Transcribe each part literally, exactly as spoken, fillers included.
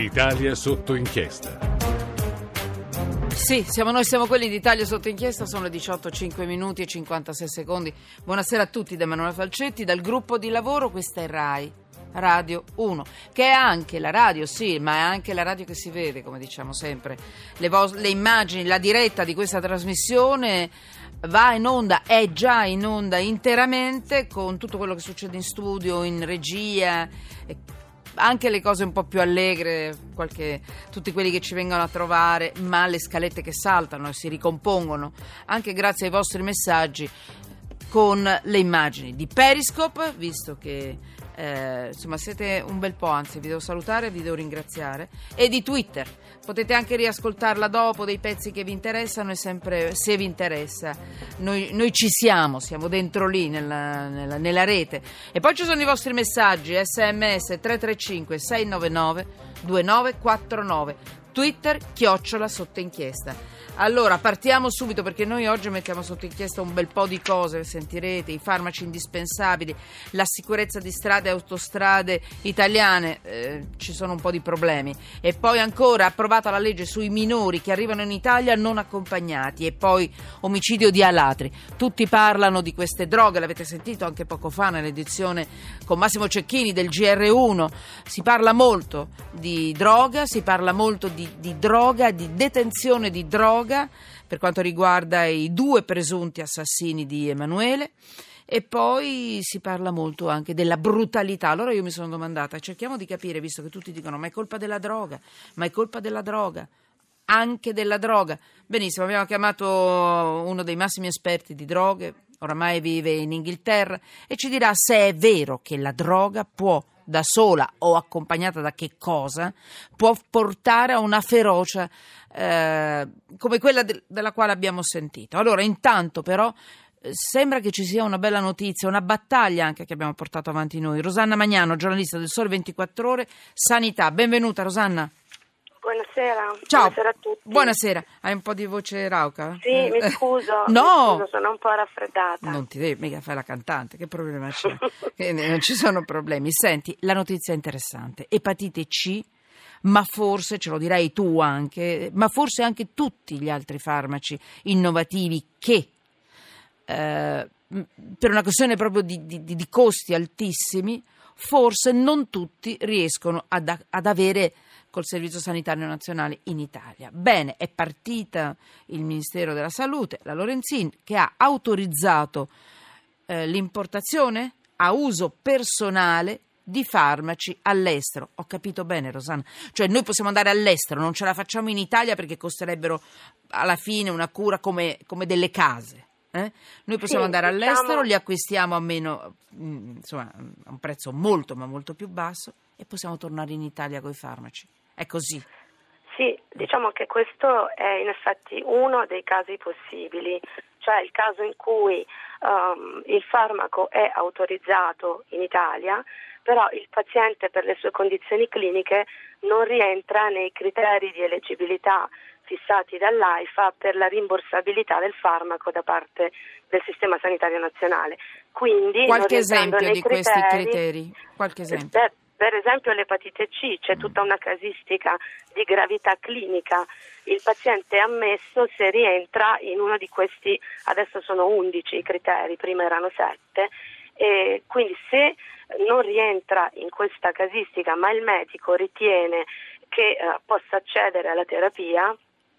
Italia sotto inchiesta. Sì, siamo noi, siamo quelli d'Italia sotto inchiesta, sono le diciotto, cinque minuti e cinquantasei secondi. Buonasera a tutti da Emanuela Falcetti, dal gruppo di lavoro. Questa è Rai Radio uno, che è anche la radio, sì, ma è anche la radio che si vede, come diciamo sempre. Le, vo- le immagini, la diretta di questa trasmissione va in onda, è già in onda interamente, con tutto quello che succede in studio, in regia, e anche le cose un po' più allegre, qualche, tutti quelli che ci vengono a trovare, ma le scalette che saltano e si ricompongono anche grazie ai vostri messaggi con le immagini di Periscope, visto che eh, insomma siete un bel po', anzi vi devo salutare, vi devo ringraziare, e di Twitter. Potete anche riascoltarla dopo, dei pezzi che vi interessano, e sempre, se vi interessa, noi, noi ci siamo, siamo dentro lì nella, nella, nella rete. E poi ci sono i vostri messaggi, sms tre tre cinque sei nove nove due nove quattro nove, Twitter chiocciola sotto inchiesta. Allora, partiamo subito, perché noi oggi mettiamo sotto inchiesta un bel po' di cose, sentirete, i farmaci indispensabili, la sicurezza di strade e autostrade italiane, eh, ci sono un po' di problemi. E poi ancora approvata la legge sui minori che arrivano in Italia non accompagnati, e poi omicidio di Alatri. Tutti parlano di queste droghe, l'avete sentito anche poco fa nell'edizione con Massimo Cecchini del G R uno, si parla molto di droga, si parla molto di, di droga, di detenzione di droga, per quanto riguarda i due presunti assassini di Emanuele, e poi si parla molto anche della brutalità. Allora io mi sono domandata, cerchiamo di capire, visto che tutti dicono ma è colpa della droga, ma è colpa della droga, anche della droga. Benissimo, abbiamo chiamato uno dei massimi esperti di droghe, oramai vive in Inghilterra, e ci dirà se è vero che la droga può, da sola o accompagnata da che cosa, può portare a una ferocia eh, come quella de- della quale abbiamo sentito. Allora, intanto però eh, sembra che ci sia una bella notizia, una battaglia anche che abbiamo portato avanti noi. Rosanna Magnano, giornalista del Sole ventiquattro Ore, Sanità. Benvenuta Rosanna. Buonasera. Ciao. Buonasera a tutti. Buonasera. Hai un po' di voce rauca? Sì, eh. mi scuso. No! Mi scuso, sono un po' raffreddata. Non ti devi mica fare la cantante, che problema c'è? Non ci sono problemi. Senti, la notizia è interessante. Epatite C, ma forse, ce lo direi tu anche, ma forse anche tutti gli altri farmaci innovativi che, eh, per una questione proprio di, di, di costi altissimi, forse non tutti riescono ad, ad avere col Servizio Sanitario Nazionale in Italia. Bene, è partita il Ministero della Salute, la Lorenzin, che ha autorizzato eh, l'importazione a uso personale di farmaci all'estero. Ho capito bene, Rosanna? Cioè noi possiamo andare all'estero, non ce la facciamo in Italia perché costerebbero alla fine una cura come, come delle case. Eh? Noi possiamo sì, andare diciamo... all'estero, li acquistiamo a meno, insomma, a un prezzo molto ma molto più basso, e possiamo tornare in Italia con i farmaci. È così? Sì, diciamo che questo è in effetti uno dei casi possibili, cioè il caso in cui um, il farmaco è autorizzato in Italia, però il paziente per le sue condizioni cliniche non rientra nei criteri di eleggibilità fissati dall'AIFA per la rimborsabilità del farmaco da parte del Sistema Sanitario Nazionale. Quindi, qualche esempio di criteri, questi criteri? Qualche esempio? Per, per esempio l'epatite C, c'è tutta una casistica di gravità clinica. Il paziente è ammesso se rientra in uno di questi, adesso sono undici i criteri, prima erano sette, e quindi se non rientra in questa casistica ma il medico ritiene che eh, possa accedere alla terapia,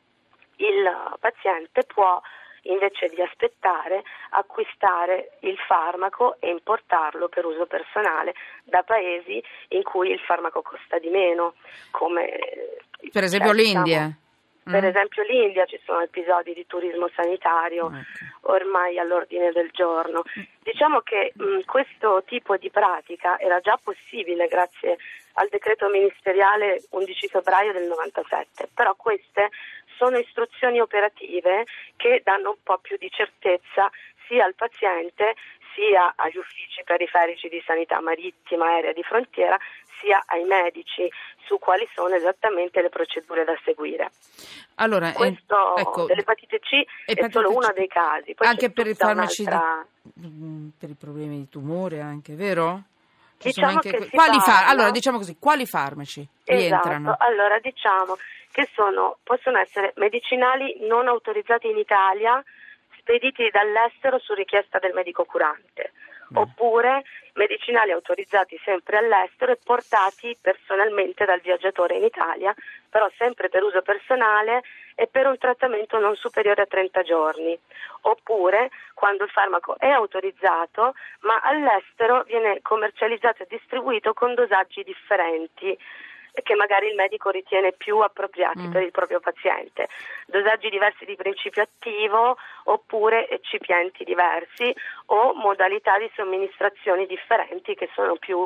il paziente può, invece di aspettare, acquistare il farmaco e importarlo per uso personale da paesi in cui il farmaco costa di meno, come per esempio cioè, l'India. Diciamo, per esempio l'India, ci sono episodi di turismo sanitario okay. ormai all'ordine del giorno. Diciamo che mh, questo tipo di pratica era già possibile grazie al decreto ministeriale undici febbraio del novantasette, però queste sono istruzioni operative che danno un po' più di certezza sia al paziente sia agli uffici periferici di sanità marittima, aerea, di frontiera, sia ai medici su quali sono esattamente le procedure da seguire. Allora, questo eh, ecco, dell'epatite C epatite è solo C. uno dei casi. Poi anche c'è per i tutta farmaci un'altra... di, per i problemi di tumore, anche, vero? Ci Diciamo sono anche che que- si quali far- parla- allora, diciamo così, quali farmaci rientrano? Esatto, allora diciamo che sono, possono essere medicinali non autorizzati in Italia, spediti dall'estero su richiesta del medico curante, Mm. oppure medicinali autorizzati sempre all'estero e portati personalmente dal viaggiatore in Italia, però sempre per uso personale e per un trattamento non superiore a trenta giorni, oppure quando il farmaco è autorizzato ma all'estero viene commercializzato e distribuito con dosaggi differenti che magari il medico ritiene più appropriati Mm. per il proprio paziente, dosaggi diversi di principio attivo oppure eccipienti diversi o modalità di somministrazioni differenti che sono più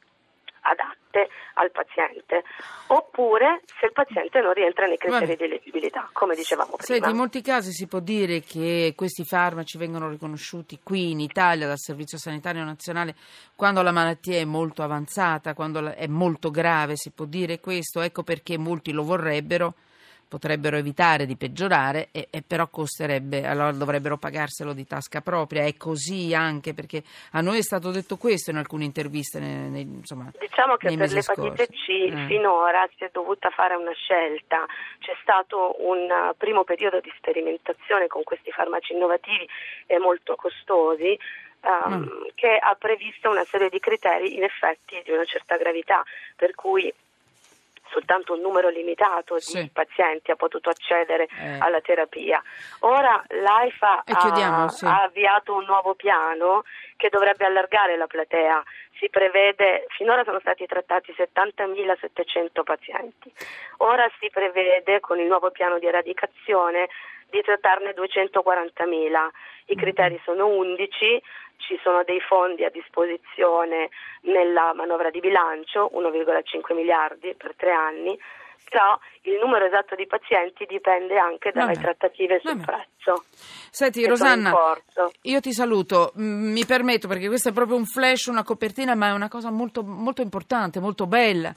adatte al paziente, oppure se il paziente non rientra nei criteri Vabbè. di eleggibilità, come dicevamo prima. Senti, in molti casi si può dire che questi farmaci vengono riconosciuti qui in Italia dal Servizio Sanitario Nazionale quando la malattia è molto avanzata, quando la- è molto grave, si può dire questo, ecco perché molti lo vorrebbero, potrebbero evitare di peggiorare e, e però costerebbe, allora dovrebbero pagarselo di tasca propria. È così anche perché a noi è stato detto questo in alcune interviste nei, nei- insomma, Diciamo che nei per mesi l'epatite scorsi. C Eh. finora si è dovuta fare una scelta, c'è stato un uh, primo periodo di sperimentazione con questi farmaci innovativi e molto costosi um, Mm. che ha previsto una serie di criteri in effetti di una certa gravità, per cui soltanto un numero limitato Sì. di pazienti ha potuto accedere Eh. alla terapia. Ora l'AIFA E chiudiamo, ha, sì. ha avviato un nuovo piano che dovrebbe allargare la platea. Si prevede, finora sono stati trattati settantamilasettecento pazienti, ora si prevede con il nuovo piano di eradicazione di trattarne duecentoquarantamila. I criteri sono undici, ci sono dei fondi a disposizione nella manovra di bilancio, uno virgola cinque miliardi per tre anni, però il numero esatto di pazienti dipende anche dalle Vabbè. trattative sul Vabbè. prezzo. Senti che sono in Rosanna, corso. io ti saluto, Mm, mi permetto perché questo è proprio un flash, una copertina, ma è una cosa molto, molto importante, molto bella.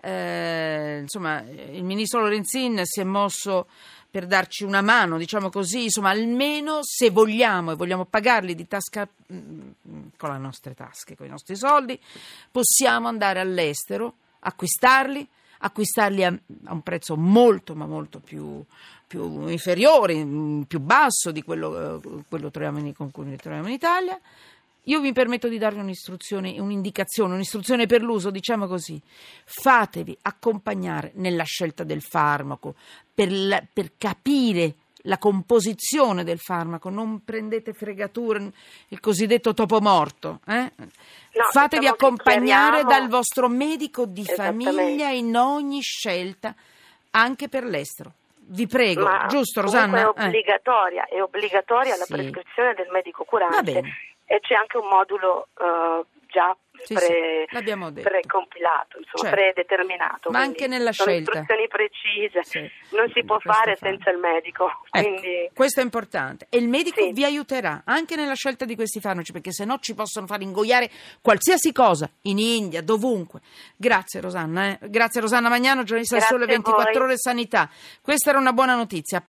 Eh, insomma, il ministro Lorenzin si è mosso per darci una mano, diciamo così, insomma, almeno se vogliamo e vogliamo pagarli di tasca mm, con le nostre tasche, con i nostri soldi, possiamo andare all'estero, acquistarli, acquistarli a, a un prezzo molto ma molto più, più inferiore, mm, più basso di quello, eh, quello troviamo in, con cui li troviamo in Italia. Io vi permetto di darvi un'istruzione, un'indicazione, un'istruzione per l'uso, diciamo così. Fatevi accompagnare nella scelta del farmaco per, la, per capire la composizione del farmaco, non prendete fregature, il cosiddetto topo morto. Eh? No, Fatevi diciamo che accompagnare chiariamo- dal vostro medico di Esattamente. famiglia in ogni scelta, anche per l'estero. Vi prego, Ma giusto comunque Rosanna? È obbligatoria, è obbligatoria la Sì. prescrizione del medico Va curante bene. e c'è anche un modulo eh, già Sì, pre, sì, l'abbiamo detto. precompilato, insomma, Certo. predeterminato. Ma quindi anche nella sono scelta. istruzioni precise, Sì. non si può Questo fare fa. senza il medico. Ecco, Quindi questo è importante e il medico Sì. vi aiuterà anche nella scelta di questi farmaci, perché se no ci possono far ingoiare qualsiasi cosa in India, dovunque. Grazie Rosanna, eh. Grazie Rosanna Magnano, giornalista del Grazie Sole a ventiquattro voi. Ore Sanità. Questa era una buona notizia.